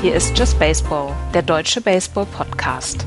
Hier ist Just Baseball, der deutsche Baseball-Podcast.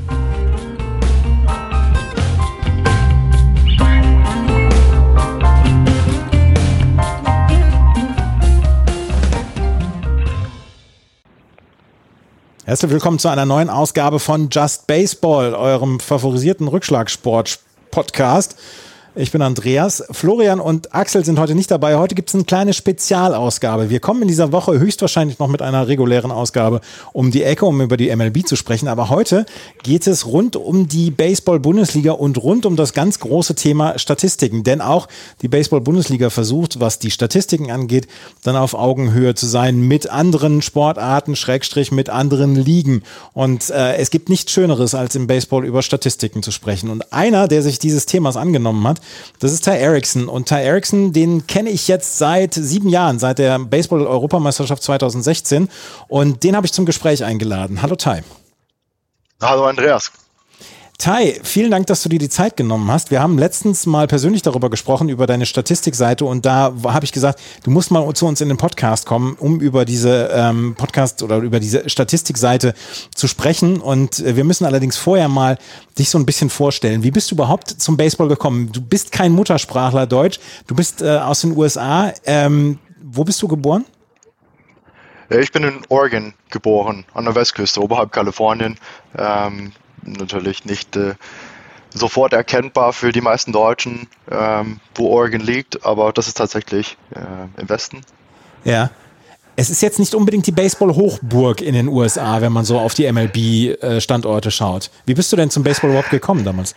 Herzlich willkommen zu einer neuen Ausgabe von Just Baseball, eurem favorisierten Rückschlagsport-Podcast. Ich bin Andreas. Florian und Axel sind heute nicht dabei. Heute gibt es eine kleine Spezialausgabe. Wir kommen in dieser Woche höchstwahrscheinlich noch mit einer regulären Ausgabe um die Ecke, um über die MLB zu sprechen. Aber heute geht es rund um die Baseball-Bundesliga und rund um das ganz große Thema Statistiken. Denn auch die Baseball-Bundesliga versucht, was die Statistiken angeht, dann auf Augenhöhe zu sein mit anderen Sportarten, / mit anderen Ligen. Und es gibt nichts Schöneres, als im Baseball über Statistiken zu sprechen. Und einer, der sich dieses Themas angenommen hat, das ist Ty Erickson. Und Ty Erickson, den kenne ich jetzt seit 7 Jahren, seit der Baseball-Europameisterschaft 2016. Und den habe ich zum Gespräch eingeladen. Hallo Ty. Hallo Andreas. Ty, vielen Dank, dass du dir die Zeit genommen hast. Wir haben letztens mal persönlich darüber gesprochen, über deine Statistikseite, und da habe ich gesagt, du musst mal zu uns in den Podcast kommen, um über diese Podcast oder über diese Statistikseite zu sprechen, und wir müssen allerdings vorher mal dich so ein bisschen vorstellen. Wie bist du überhaupt zum Baseball gekommen? Du bist kein Muttersprachler Deutsch, du bist aus den USA. Wo bist du geboren? Ich bin in Oregon geboren, an der Westküste, oberhalb Kalifornien. Natürlich nicht sofort erkennbar für die meisten Deutschen, wo Oregon liegt, aber das ist tatsächlich im Westen. Ja, es ist jetzt nicht unbedingt die Baseball-Hochburg in den USA, wenn man so auf die MLB-Standorte schaut. Wie bist du denn zum Baseball überhaupt gekommen damals?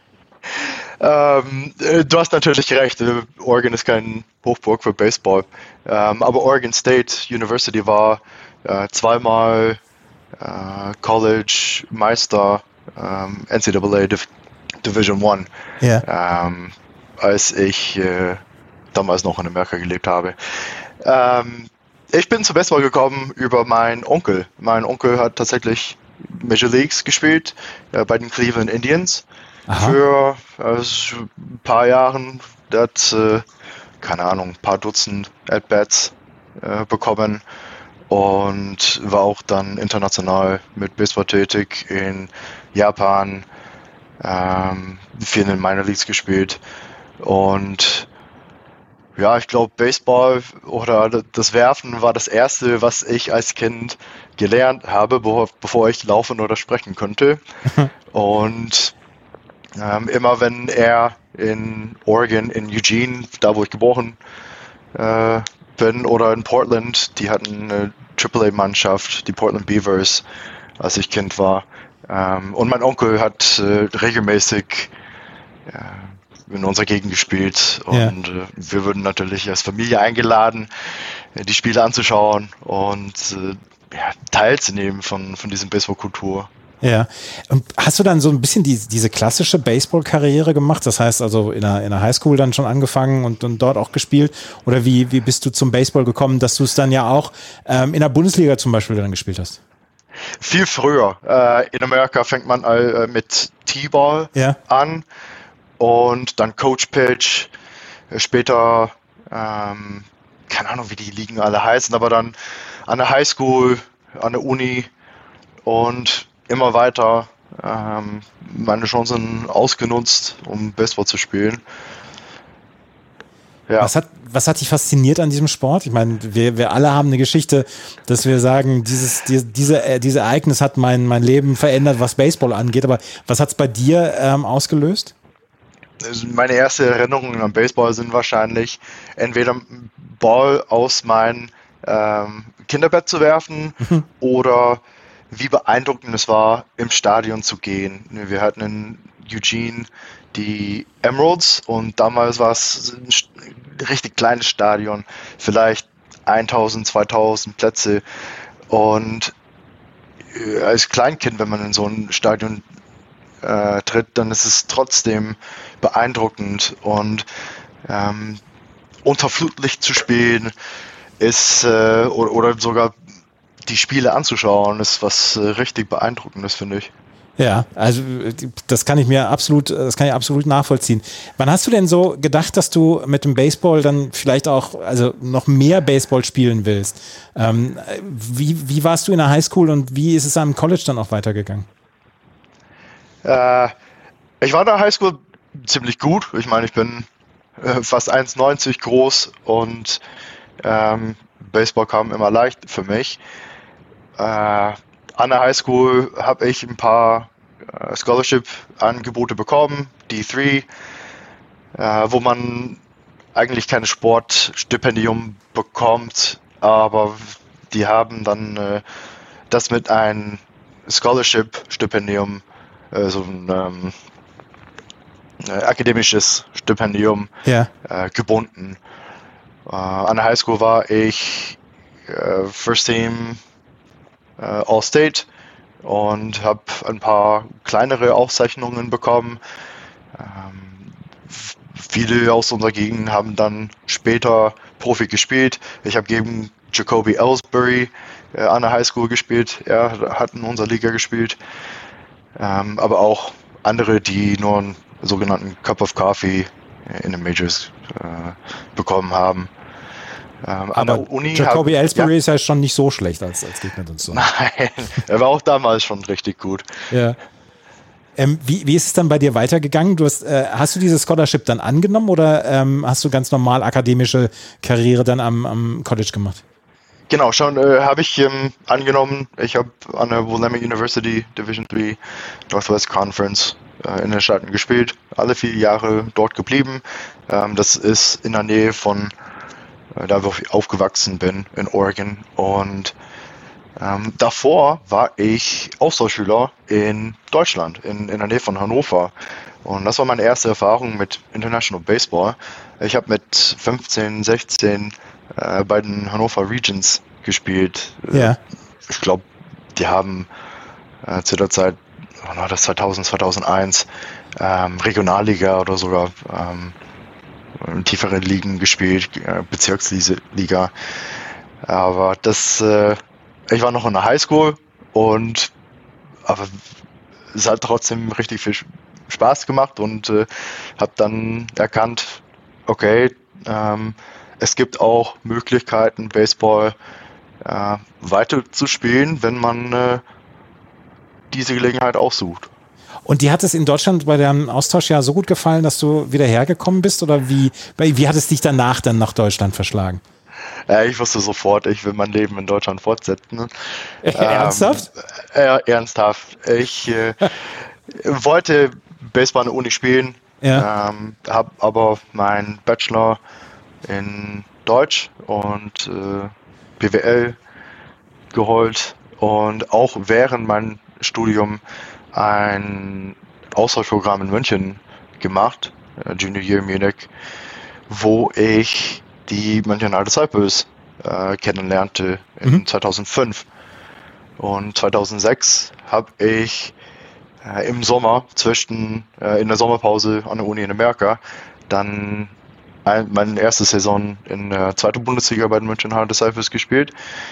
Du hast natürlich recht, Oregon ist keine Hochburg für Baseball, aber Oregon State University war zweimal College Meister, NCAA Division I, yeah. Als ich damals noch in Amerika gelebt habe. Ich bin zum Baseball gekommen über meinen Onkel. Mein Onkel hat tatsächlich Major Leagues gespielt bei den Cleveland Indians. Aha. Für ein paar Jahren. Der hat, keine Ahnung, ein paar Dutzend At-Bats bekommen. Und war auch dann international mit Baseball tätig in Japan, viel in den Minor Leagues gespielt. Und ja, ich glaube, Baseball oder das Werfen war das Erste, was ich als Kind gelernt habe, bevor ich laufen oder sprechen konnte. Und immer wenn er in Oregon, in Eugene, da wo ich geboren bin, oder in Portland, die hatten eine AAA-Mannschaft, die Portland Beavers, als ich Kind war. Und mein Onkel hat regelmäßig in unserer Gegend gespielt. Und wir wurden natürlich als Familie eingeladen, die Spiele anzuschauen und teilzunehmen von diesem Baseball-Kultur. Ja, und hast du dann so ein bisschen diese klassische Baseball-Karriere gemacht? Das heißt also in der Highschool dann schon angefangen und dort auch gespielt? Oder wie bist du zum Baseball gekommen, dass du es dann ja auch in der Bundesliga zum Beispiel dann gespielt hast? Viel früher. In Amerika fängt man mit T-Ball an und dann Coach Pitch. Später, keine Ahnung, wie die Ligen alle heißen, aber dann an der Highschool, an der Uni und immer weiter meine Chancen ausgenutzt, um Baseball zu spielen. Ja. Was hat dich fasziniert an diesem Sport? Ich meine, wir alle haben eine Geschichte, dass wir sagen, dieses Ereignis hat mein Leben verändert, was Baseball angeht. Aber was hat es bei dir ausgelöst? Meine ersten Erinnerungen an Baseball sind wahrscheinlich entweder einen Ball aus meinem Kinderbett zu werfen oder wie beeindruckend es war, im Stadion zu gehen. Wir hatten in Eugene die Emeralds und damals war es ein richtig kleines Stadion, vielleicht 1000, 2000 Plätze. Und als Kleinkind, wenn man in so ein Stadion tritt, dann ist es trotzdem beeindruckend. Und unter Flutlicht zu spielen ist oder sogar die Spiele anzuschauen, ist was richtig Beeindruckendes, finde ich. Ja, also das kann ich absolut nachvollziehen. Wann hast du denn so gedacht, dass du mit dem Baseball dann vielleicht auch also noch mehr Baseball spielen willst? Wie warst du in der Highschool und wie ist es am College dann auch weitergegangen? Ich war in der Highschool ziemlich gut. Ich meine, ich bin fast 1,90 groß und Baseball kam immer leicht für mich. An der Highschool habe ich ein paar Scholarship-Angebote bekommen, D3, wo man eigentlich kein Sportstipendium bekommt, aber die haben dann das mit einem Scholarship-Stipendium, so ein akademisches Stipendium gebunden. An der Highschool war ich First Team All-State und habe ein paar kleinere Auszeichnungen bekommen. Viele aus unserer Gegend haben dann später Profi gespielt. Ich habe gegen Jacoby Ellsbury an der Highschool gespielt. Er hat in unserer Liga gespielt. Aber auch andere, die nur einen sogenannten Cup of Coffee in den Majors bekommen haben. An der Uni Jacoby Ellsbury ist ja schon nicht so schlecht als Gegner. So. Nein, er war auch damals schon richtig gut. Ja. Wie ist es dann bei dir weitergegangen? Hast du dieses Scholarship dann angenommen oder hast du ganz normal akademische Karriere dann am College gemacht? Genau, schon habe ich angenommen. Ich habe an der Willamette University Division III Northwest Conference in den Staaten gespielt. Alle 4 Jahre dort geblieben. Das ist in der Nähe von da wo ich aufgewachsen bin, in Oregon. Und davor war ich Austauschschüler in Deutschland, in der Nähe von Hannover. Und das war meine erste Erfahrung mit International Baseball. Ich habe mit 15, 16 bei den Hannover Regions gespielt. Ja. Ich glaube, die haben zu der Zeit, wann war das, 2000, 2001, Regionalliga oder sogar in tieferen Ligen gespielt, Bezirksliga. Aber ich war noch in der Highschool aber es hat trotzdem richtig viel Spaß gemacht und habe dann erkannt, okay, es gibt auch Möglichkeiten, Baseball weiter zu spielen, wenn man diese Gelegenheit auch sucht. Und dir hat es in Deutschland bei deinem Austausch ja so gut gefallen, dass du wieder hergekommen bist? Oder wie hat es dich danach dann nach Deutschland verschlagen? Ich wusste sofort, ich will mein Leben in Deutschland fortsetzen. Ernsthaft? Ernsthaft. Ich wollte Baseball an der Uni spielen, habe aber meinen Bachelor in Deutsch und BWL geholt und auch während meinem Studium ein Austauschprogramm in München gemacht, Junior Year Munich, wo ich die Montreal Disciples kennenlernte in 2005. Und 2006 habe ich im Sommer in der Sommerpause an der Uni in Amerika dann meine erste Saison in der zweiten Bundesliga bei den Montreal Disciples gespielt.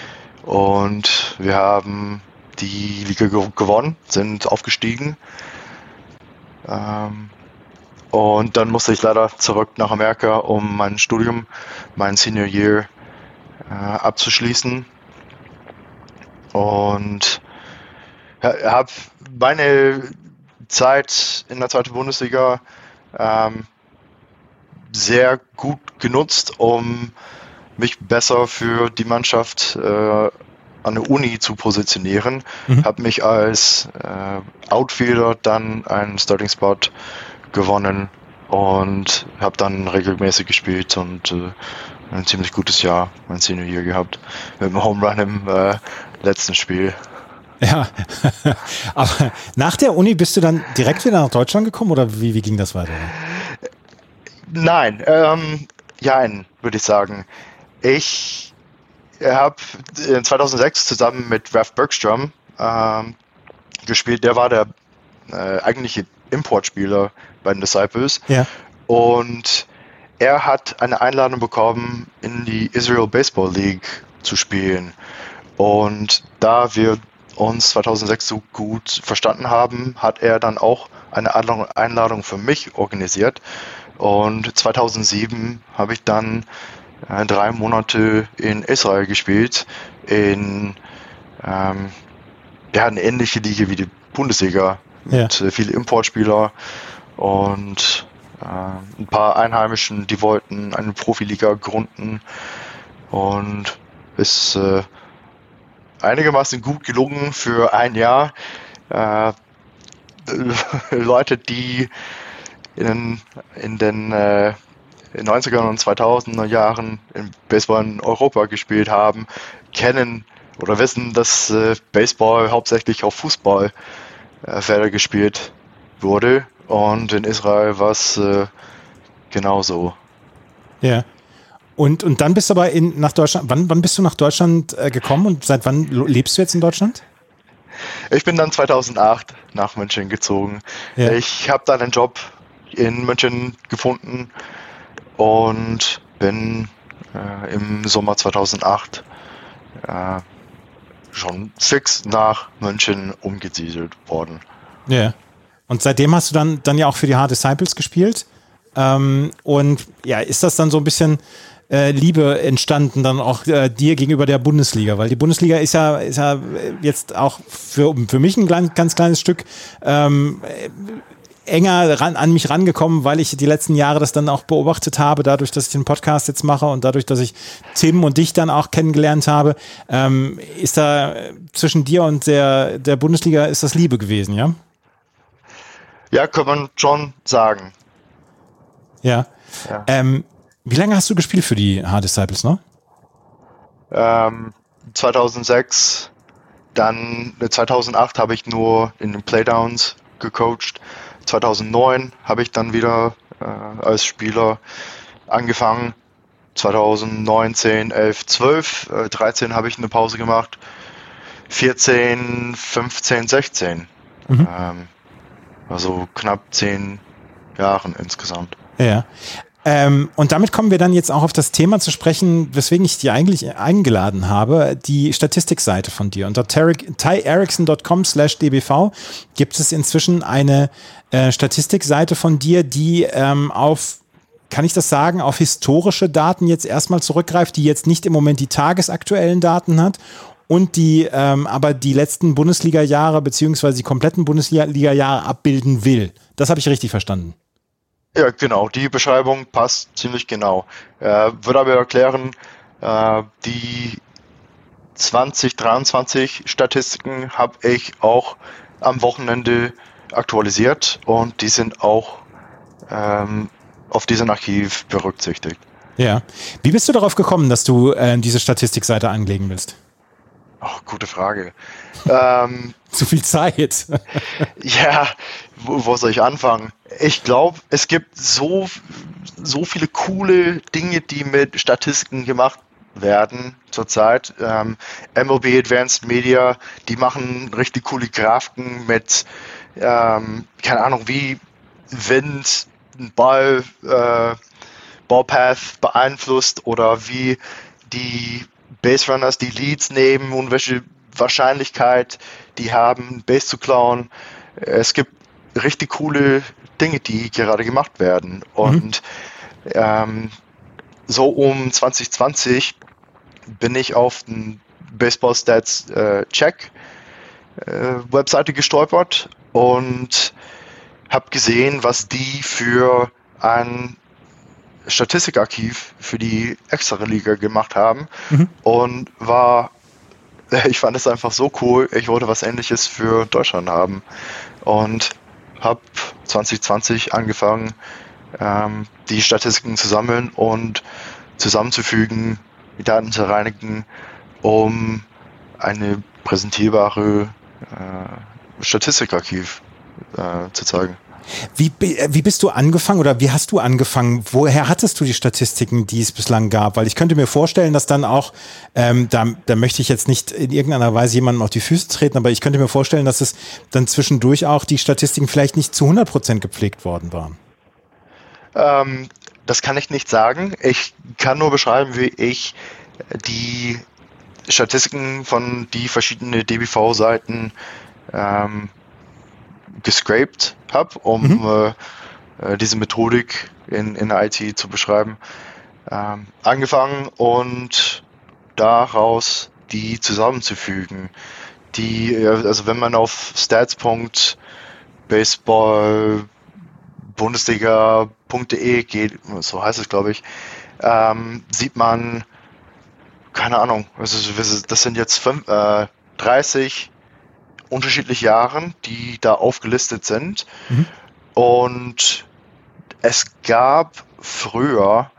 Und wir haben die Liga gewonnen, sind aufgestiegen. Und dann musste ich leider zurück nach Amerika, um mein Studium, mein Senior Year abzuschließen. Und habe meine Zeit in der zweiten Bundesliga sehr gut genutzt, um mich besser für die Mannschaft an der Uni zu positionieren. Habe mich als Outfielder dann einen Starting Spot gewonnen und habe dann regelmäßig gespielt und ein ziemlich gutes Jahr, mein Senior Year gehabt, mit einem Home Run im letzten Spiel. Ja, aber nach der Uni bist du dann direkt wieder nach Deutschland gekommen oder wie ging das weiter? Nein, würde ich sagen. Ich habe 2006 zusammen mit Ralph Bergstrom gespielt. Der war der eigentliche Importspieler bei den Disciples. Ja. Und er hat eine Einladung bekommen, in die Israel Baseball League zu spielen. Und da wir uns 2006 so gut verstanden haben, hat er dann auch eine Einladung für mich organisiert. Und 2007 habe ich dann 3 Monate in Israel gespielt, in eine ähnliche Liga wie die Bundesliga, mit vielen Importspieler und ein paar Einheimischen, die wollten eine Profiliga gründen, und ist einigermaßen gut gelungen für ein Jahr. Leute, die in den 90er und 2000er Jahren im Baseball in Europa gespielt haben, kennen oder wissen, dass Baseball hauptsächlich auf Fußballfelder gespielt wurde, und in Israel war es genauso. Ja. Und dann bist du aber nach Deutschland. Wann bist du nach Deutschland gekommen und seit wann lebst du jetzt in Deutschland? Ich bin dann 2008 nach München gezogen. Ja. Ich habe dann einen Job in München gefunden und bin im Sommer 2008 schon fix nach München umgesiedelt worden. Ja. Und seitdem hast du dann ja auch für die Hard Disciples gespielt. Und ja, ist das dann so ein bisschen Liebe entstanden dann auch dir gegenüber der Bundesliga? Weil die Bundesliga ist ja jetzt auch für mich ein ganz kleines Stück enger an mich rangekommen, weil ich die letzten Jahre das dann auch beobachtet habe, dadurch, dass ich den Podcast jetzt mache und dadurch, dass ich Tim und dich dann auch kennengelernt habe. Ist da zwischen dir und der Bundesliga, ist das Liebe gewesen, ja? Ja, kann man schon sagen. Ja. Wie lange hast du gespielt für die Hard Disciples noch? 2006, dann 2008 habe ich nur in den Playdowns gecoacht. 2009 habe ich dann wieder als Spieler angefangen. 2019, 11, 12, 13 habe ich eine Pause gemacht. 14, 15, 16. Also knapp 10 Jahren insgesamt. Ja. Und damit kommen wir dann jetzt auch auf das Thema zu sprechen, weswegen ich dich eigentlich eingeladen habe, die Statistikseite von dir. Unter tyerickson.com/dbv gibt es inzwischen eine Statistikseite von dir, die kann ich das sagen, auf historische Daten jetzt erstmal zurückgreift, die jetzt nicht im Moment die tagesaktuellen Daten hat und die aber die letzten Bundesliga-Jahre beziehungsweise die kompletten Bundesliga-Jahre abbilden will. Das habe ich richtig verstanden. Ja, genau. Die Beschreibung passt ziemlich genau. Würde aber erklären, die 2023 Statistiken habe ich auch am Wochenende aktualisiert und die sind auch auf diesem Archiv berücksichtigt. Ja. Wie bist du darauf gekommen, dass du diese Statistikseite anlegen willst? Ach, gute Frage. Zu viel Zeit. Ja, wo soll ich anfangen? Ich glaube, es gibt so viele coole Dinge, die mit Statistiken gemacht werden zurzeit. MLB Advanced Media, die machen richtig coole Grafiken mit, keine Ahnung, wie Wind ein Ballpath beeinflusst oder wie die Base Runners die Leads nehmen und welche Wahrscheinlichkeit die haben, Base zu klauen. Es gibt richtig coole Dinge, die gerade gemacht werden. Und so um 2020 bin ich auf den Baseball Stats Check Webseite gestolpert und habe gesehen, was die für ein Statistikarchiv für die Extra-Liga gemacht haben und ich fand es einfach so cool, ich wollte was Ähnliches für Deutschland haben und habe 2020 angefangen, die Statistiken zu sammeln und zusammenzufügen, die Daten zu reinigen, um eine präsentierbare Statistikarchiv zu zeigen. Wie bist du angefangen oder wie hast du angefangen? Woher hattest du die Statistiken, die es bislang gab? Weil ich könnte mir vorstellen, dass dann auch, da möchte ich jetzt nicht in irgendeiner Weise jemandem auf die Füße treten, aber ich könnte mir vorstellen, dass es dann zwischendurch auch die Statistiken vielleicht nicht zu 100% gepflegt worden waren. Das kann ich nicht sagen. Ich kann nur beschreiben, wie ich die Statistiken von die verschiedenen DBV-Seiten gescraped habe, um diese Methodik in der IT zu beschreiben, angefangen und daraus die zusammenzufügen. Also wenn man auf stats.baseballbundesliga.de geht, so heißt es, glaube ich, sieht man, keine Ahnung, also das sind jetzt 30 unterschiedliche Jahre, die da aufgelistet sind. Und es gab früher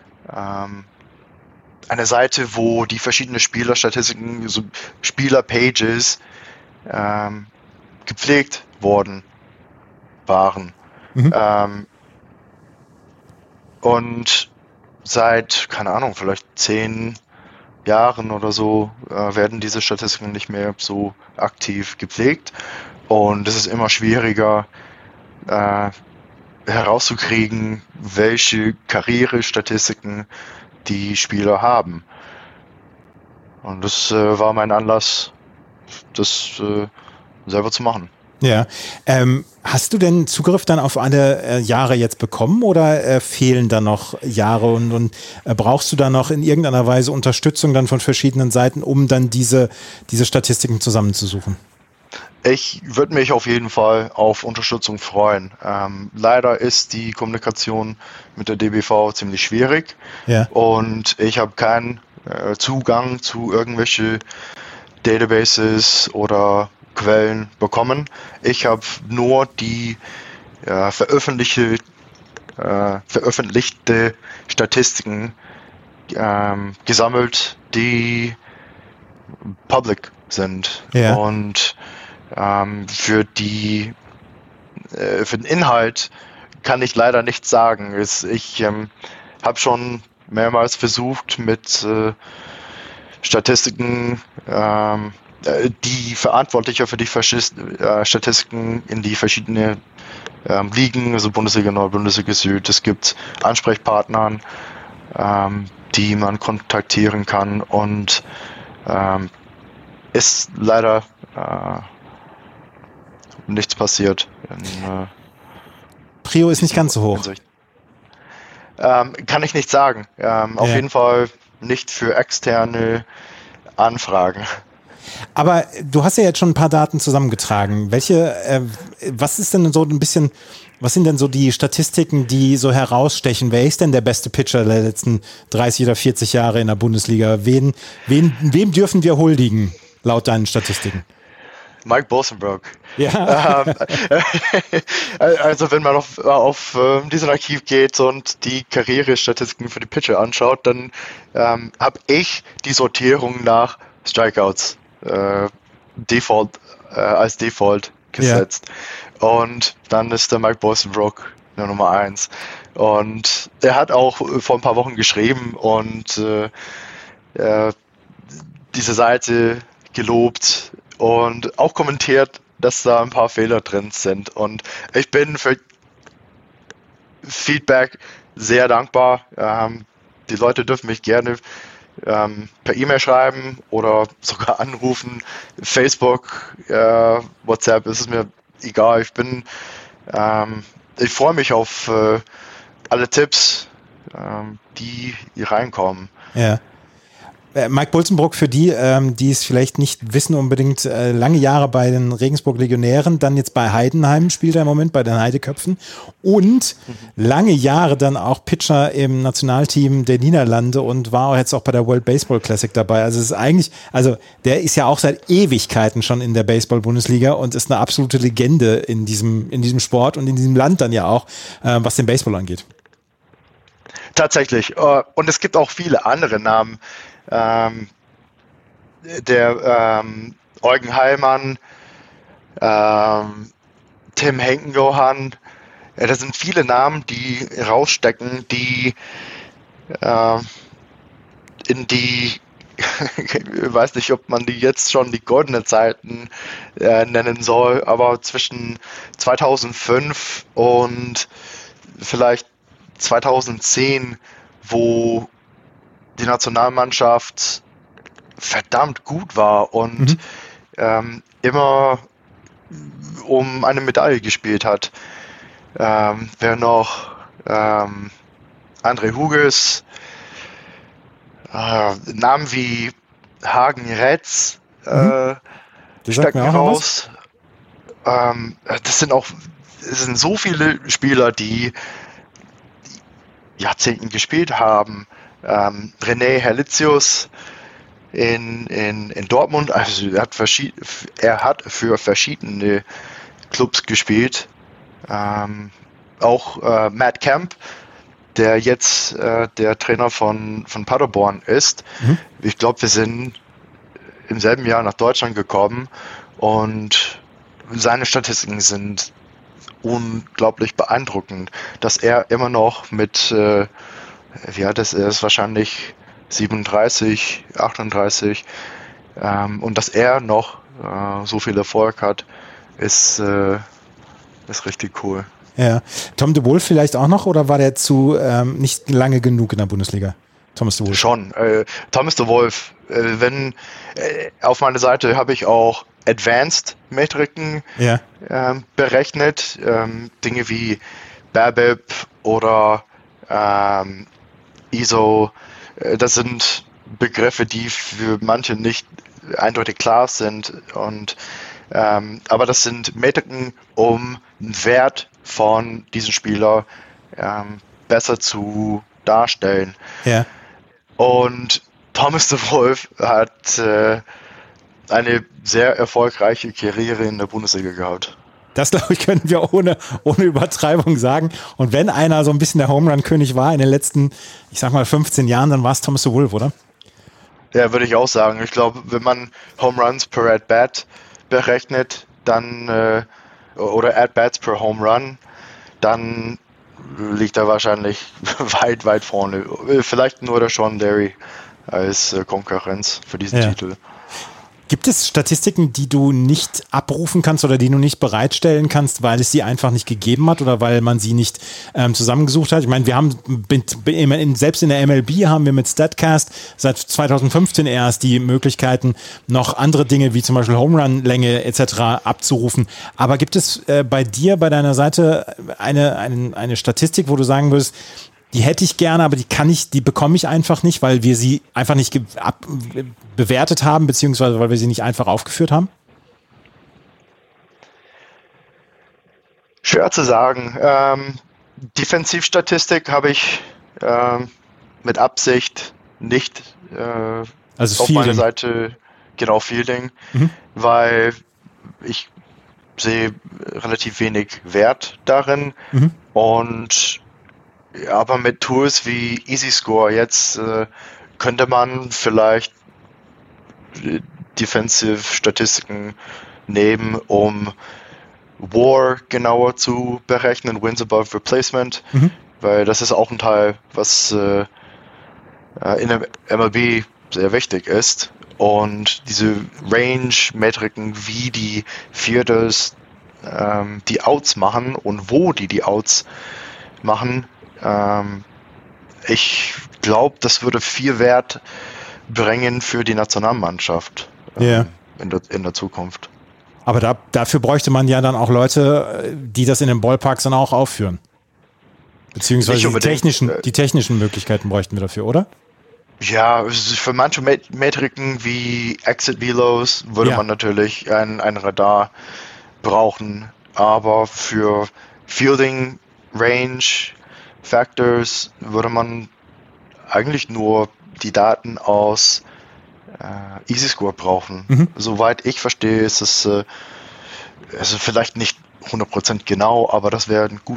eine Seite, wo die verschiedenen Spielerstatistiken, so Spielerpages gepflegt worden waren. Und seit, keine Ahnung, vielleicht 10 Jahren oder so werden diese Statistiken nicht mehr so aktiv gepflegt. Und es ist immer schwieriger herauszukriegen, welche Karrierestatistiken die Spieler haben. Und das war mein Anlass, das selber zu machen. Ja. Hast du denn Zugriff dann auf alle Jahre jetzt bekommen oder fehlen da noch Jahre und brauchst du da noch in irgendeiner Weise Unterstützung dann von verschiedenen Seiten, um dann diese Statistiken zusammenzusuchen? Ich würde mich auf jeden Fall auf Unterstützung freuen. Leider ist die Kommunikation mit der DBV ziemlich schwierig, und ich habe keinen Zugang zu irgendwelche Databases oder Quellen bekommen. Ich habe nur die veröffentlichte Statistiken gesammelt, die public sind. Und für den Inhalt kann ich leider nichts sagen. Ich habe schon mehrmals versucht, mit Statistiken, die Verantwortlicher für die Statistiken in die verschiedenen Ligen, also Bundesliga Nord, Bundesliga Süd, es gibt Ansprechpartnern, die man kontaktieren kann, und ist leider nichts passiert. Prio ist nicht ganz so hoch. Kann ich nicht sagen. Auf jeden Fall nicht für externe Anfragen. Aber du hast ja jetzt schon ein paar Daten zusammengetragen. Was ist denn so ein bisschen, was sind denn so die Statistiken, die so herausstechen? Wer ist denn der beste Pitcher der letzten 30 oder 40 Jahre in der Bundesliga? Wem dürfen wir huldigen, laut deinen Statistiken? Mike Bosenbrook. Ja. Also wenn man auf diesen Archiv geht und die Karrierestatistiken für die Pitcher anschaut, dann habe ich die Sortierung nach Strikeouts als Default gesetzt. Und dann ist der Mike Bosenbrook der Nummer 1. Und er hat auch vor ein paar Wochen geschrieben und diese Seite gelobt und auch kommentiert, dass da ein paar Fehler drin sind. Und ich bin für Feedback sehr dankbar. Die Leute dürfen mich gerne per E-Mail schreiben oder sogar anrufen. Facebook, WhatsApp, ist es mir egal. Ich freue mich auf alle Tipps, die reinkommen. Ja. Mike Bosenbrook, für die es vielleicht nicht wissen, unbedingt lange Jahre bei den Regensburg Legionären, dann jetzt bei Heidenheim spielt er im Moment, bei den Heideköpfen, und lange Jahre dann auch Pitcher im Nationalteam der Niederlande und war auch jetzt auch bei der World Baseball Classic dabei. Also es ist eigentlich, der ist ja auch seit Ewigkeiten schon in der Baseball-Bundesliga und ist eine absolute Legende in diesem Sport und in diesem Land dann ja auch, was den Baseball angeht. Tatsächlich. Und es gibt auch viele andere Namen. Der Eugen Heilmann, Tim Henkenjohann, das sind viele Namen, die rausstecken, die in die, ich weiß nicht, ob man die jetzt schon die goldenen Zeiten nennen soll, aber zwischen 2005 und vielleicht 2010, wo die Nationalmannschaft verdammt gut war und immer um eine Medaille gespielt hat. Wer noch? André Hughes, Namen wie Hagen Retz stecken raus. Es sind so viele Spieler, die Jahrzehnten gespielt haben. René Herlitzius in Dortmund, also er hat für verschiedene Clubs gespielt. Auch Matt Kemp, der jetzt der Trainer von Paderborn ist. Ich glaube, wir sind im selben Jahr nach Deutschland gekommen und seine Statistiken sind unglaublich beeindruckend, dass er immer noch mit, er ist wahrscheinlich 37, 38, und dass er noch so viel Erfolg hat, ist richtig cool. Ja. Tom de Wolf vielleicht auch noch, oder war der nicht lange genug in der Bundesliga? Thomas de Wolf. Schon. Thomas de Wolf, auf meiner Seite habe ich auch Advanced-Metriken berechnet. Dinge wie BABIP oder ISO. Das sind Begriffe, die für manche nicht eindeutig klar sind. Aber das sind Metriken, um den Wert von diesem Spieler besser zu darstellen. Ja. Und Thomas de Wolf hat eine sehr erfolgreiche Karriere in der Bundesliga gehabt. Das, glaube ich, können wir ohne Übertreibung sagen. Und wenn einer so ein bisschen der Home-Run-König war in den letzten, ich sag mal 15 Jahren, dann war es Thomas de Wolf, oder? Ja, würde ich auch sagen. Ich glaube, wenn man Home Runs per At-Bat berechnet, dann oder At-Bats per Home Run, dann liegt er wahrscheinlich weit, weit vorne. Vielleicht nur der Sean Derry als Konkurrenz für diesen Titel. Gibt es Statistiken, die du nicht abrufen kannst oder die du nicht bereitstellen kannst, weil es sie einfach nicht gegeben hat oder weil man sie nicht zusammengesucht hat? Ich meine, wir haben selbst in der MLB haben wir mit Statcast seit 2015 erst die Möglichkeiten, noch andere Dinge wie zum Beispiel Home Run Länge etc. abzurufen. Aber gibt es bei dir, bei deiner Seite eine Statistik, wo du sagen würdest, die hätte ich gerne, aber die bekomme ich einfach nicht, weil wir sie einfach nicht bewertet haben, beziehungsweise weil wir sie nicht einfach aufgeführt haben? Schwer zu sagen. Defensivstatistik habe ich mit Absicht nicht also auf meiner Seite, genau, Fielding, weil ich sehe relativ wenig Wert darin und aber mit Tools wie EasyScore jetzt könnte man vielleicht Defensive-Statistiken nehmen, um WAR genauer zu berechnen, Wins above Replacement, weil das ist auch ein Teil, was in der MLB sehr wichtig ist. Und diese Range-Metriken, wie die Fielders die Outs machen und wo die Outs machen, ich glaube, das würde viel Wert bringen für die Nationalmannschaft in der Zukunft. Aber dafür bräuchte man ja dann auch Leute, die das in den Ballparks dann auch aufführen. Beziehungsweise die technischen Möglichkeiten bräuchten wir dafür, oder? Ja, für manche Metriken wie Exit Velos würde man natürlich ein Radar brauchen, aber für Fielding Range Factors würde man eigentlich nur die Daten aus EasyScore brauchen. Soweit ich verstehe, ist es also vielleicht nicht 100% genau, aber das wäre ein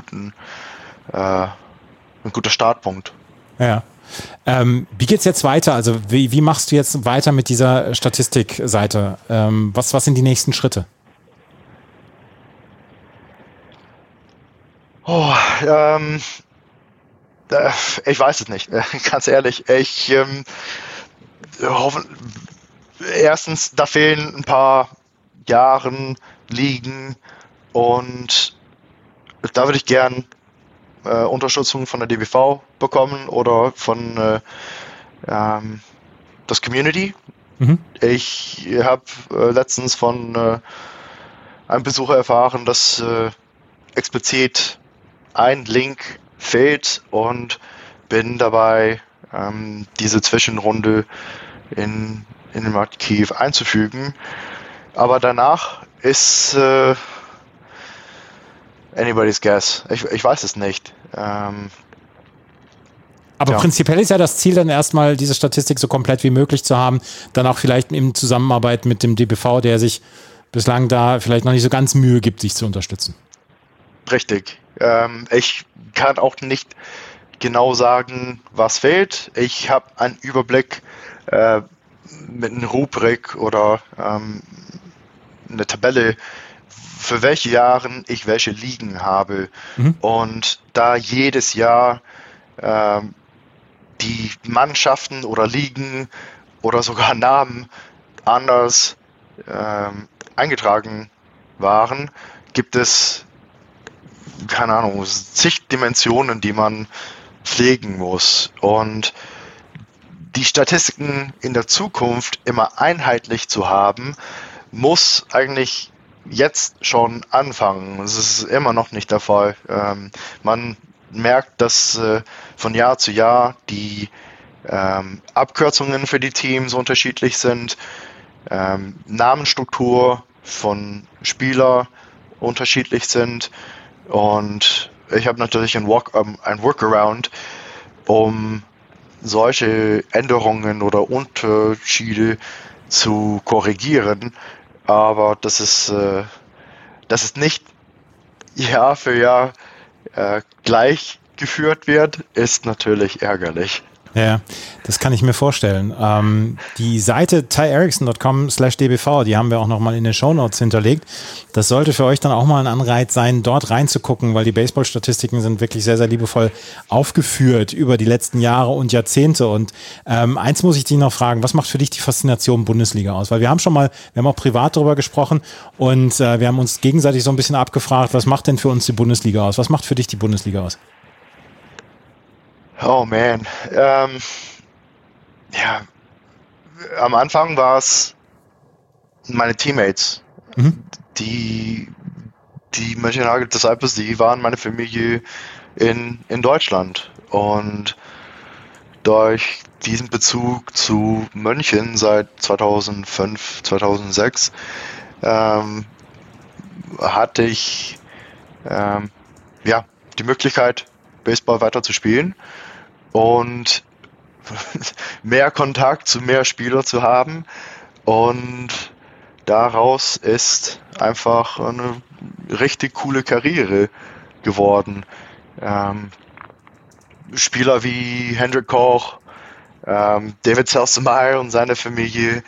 guter Startpunkt. Ja. Wie geht's jetzt weiter? Also wie machst du jetzt weiter mit dieser Statistikseite? Was sind die nächsten Schritte? Ich weiß es nicht, ganz ehrlich. Ich hoffe, erstens, da fehlen ein paar Jahren liegen und da würde ich gern Unterstützung von der DBV bekommen oder von das Community, Ich habe letztens von einem Besucher erfahren, dass explizit ein Link fehlt und bin dabei, diese Zwischenrunde in dem Archiv einzufügen. Aber danach ist anybody's guess. Ich weiß es nicht. Aber prinzipiell ist ja das Ziel dann erstmal, diese Statistik so komplett wie möglich zu haben, dann auch vielleicht in Zusammenarbeit mit dem DBV, der sich bislang da vielleicht noch nicht so ganz Mühe gibt, sich zu unterstützen. Richtig. Ich kann auch nicht genau sagen, was fehlt. Ich habe einen Überblick mit einer Rubrik oder eine Tabelle, für welche Jahren ich welche Ligen habe. Und da jedes Jahr die Mannschaften oder Ligen oder sogar Namen anders eingetragen waren, gibt es, keine Ahnung, zig Dimensionen, die man pflegen muss. Und die Statistiken in der Zukunft immer einheitlich zu haben, muss eigentlich jetzt schon anfangen. Das ist immer noch nicht der Fall. Man merkt, dass von Jahr zu Jahr die Abkürzungen für die Teams unterschiedlich sind, Namensstruktur von Spieler unterschiedlich sind, und ich habe natürlich ein Workaround, um solche Änderungen oder Unterschiede zu korrigieren, aber das ist nicht Jahr für Jahr gleich geführt wird, ist natürlich ärgerlich. Ja, das kann ich mir vorstellen. Die Seite tyerickson.com/dbv, die haben wir auch nochmal in den Shownotes hinterlegt. Das sollte für euch dann auch mal ein Anreiz sein, dort reinzugucken, weil die Baseball-Statistiken sind wirklich sehr, sehr liebevoll aufgeführt über die letzten Jahre und Jahrzehnte. Und eins muss ich dich noch fragen, was macht für dich die Faszination Bundesliga aus? Weil wir haben auch privat darüber gesprochen und wir haben uns gegenseitig so ein bisschen abgefragt, was macht denn für uns die Bundesliga aus? Was macht für dich die Bundesliga aus? Oh man, am Anfang war es meine Teammates, die Mönchengladbach Disciples, die waren meine Familie in Deutschland, und durch diesen Bezug zu München seit 2005, 2006 hatte ich die Möglichkeit, Baseball weiter zu spielen und mehr Kontakt zu mehr Spielern zu haben, und daraus ist einfach eine richtig coole Karriere geworden. Spieler wie Hendrik Koch, David Selsemeyer und seine Familie,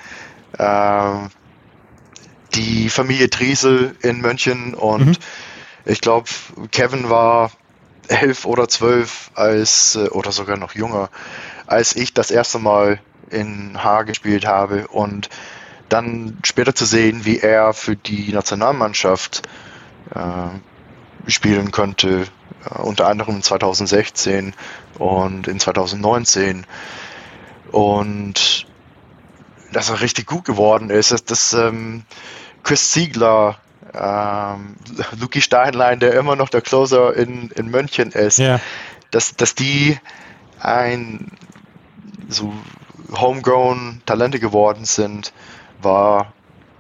die Familie Driesel in München, und ich glaube, Kevin war 11 oder 12 oder sogar noch jünger, als ich das erste Mal in Haar gespielt habe, und dann später zu sehen, wie er für die Nationalmannschaft spielen könnte, unter anderem in 2016 und in 2019, und dass er richtig gut geworden ist, dass Chris Ziegler, Luki Steinlein, der immer noch der Closer in München ist, dass die so homegrown Talente geworden sind, war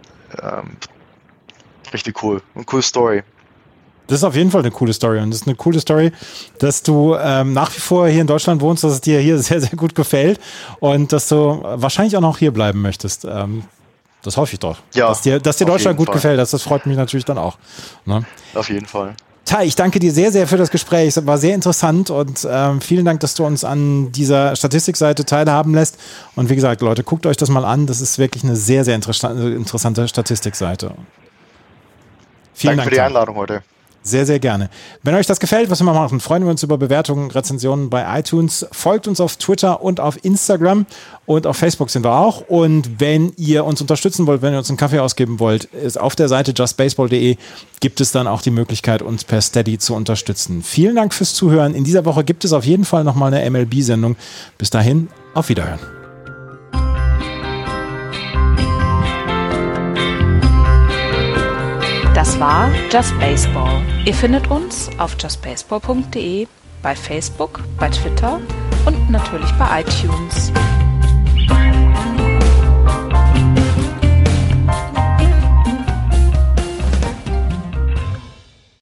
richtig cool. Eine coole Story. Das ist auf jeden Fall eine coole Story, und das ist eine coole Story, dass du nach wie vor hier in Deutschland wohnst, dass es dir hier sehr, sehr gut gefällt und dass du wahrscheinlich auch noch hier bleiben möchtest. Das hoffe ich doch. Ja, dass dir Deutschland gut gefällt. Das freut mich natürlich dann auch. Ne? Auf jeden Fall. Tai, ich danke dir sehr, sehr für das Gespräch. Es war sehr interessant, und vielen Dank, dass du uns an dieser Statistikseite teilhaben lässt. Und wie gesagt, Leute, guckt euch das mal an. Das ist wirklich eine sehr, sehr interessante Statistikseite. Vielen Dank für die Einladung heute. Sehr, sehr gerne. Wenn euch das gefällt, was wir machen, freuen wir uns über Bewertungen, Rezensionen bei iTunes. Folgt uns auf Twitter und auf Instagram, und auf Facebook sind wir auch. Und wenn ihr uns unterstützen wollt, wenn ihr uns einen Kaffee ausgeben wollt, ist auf der Seite justbaseball.de gibt es dann auch die Möglichkeit, uns per Steady zu unterstützen. Vielen Dank fürs Zuhören. In dieser Woche gibt es auf jeden Fall nochmal eine MLB-Sendung. Bis dahin, auf Wiederhören. Das war Just Baseball. Ihr findet uns auf justbaseball.de, bei Facebook, bei Twitter und natürlich bei iTunes.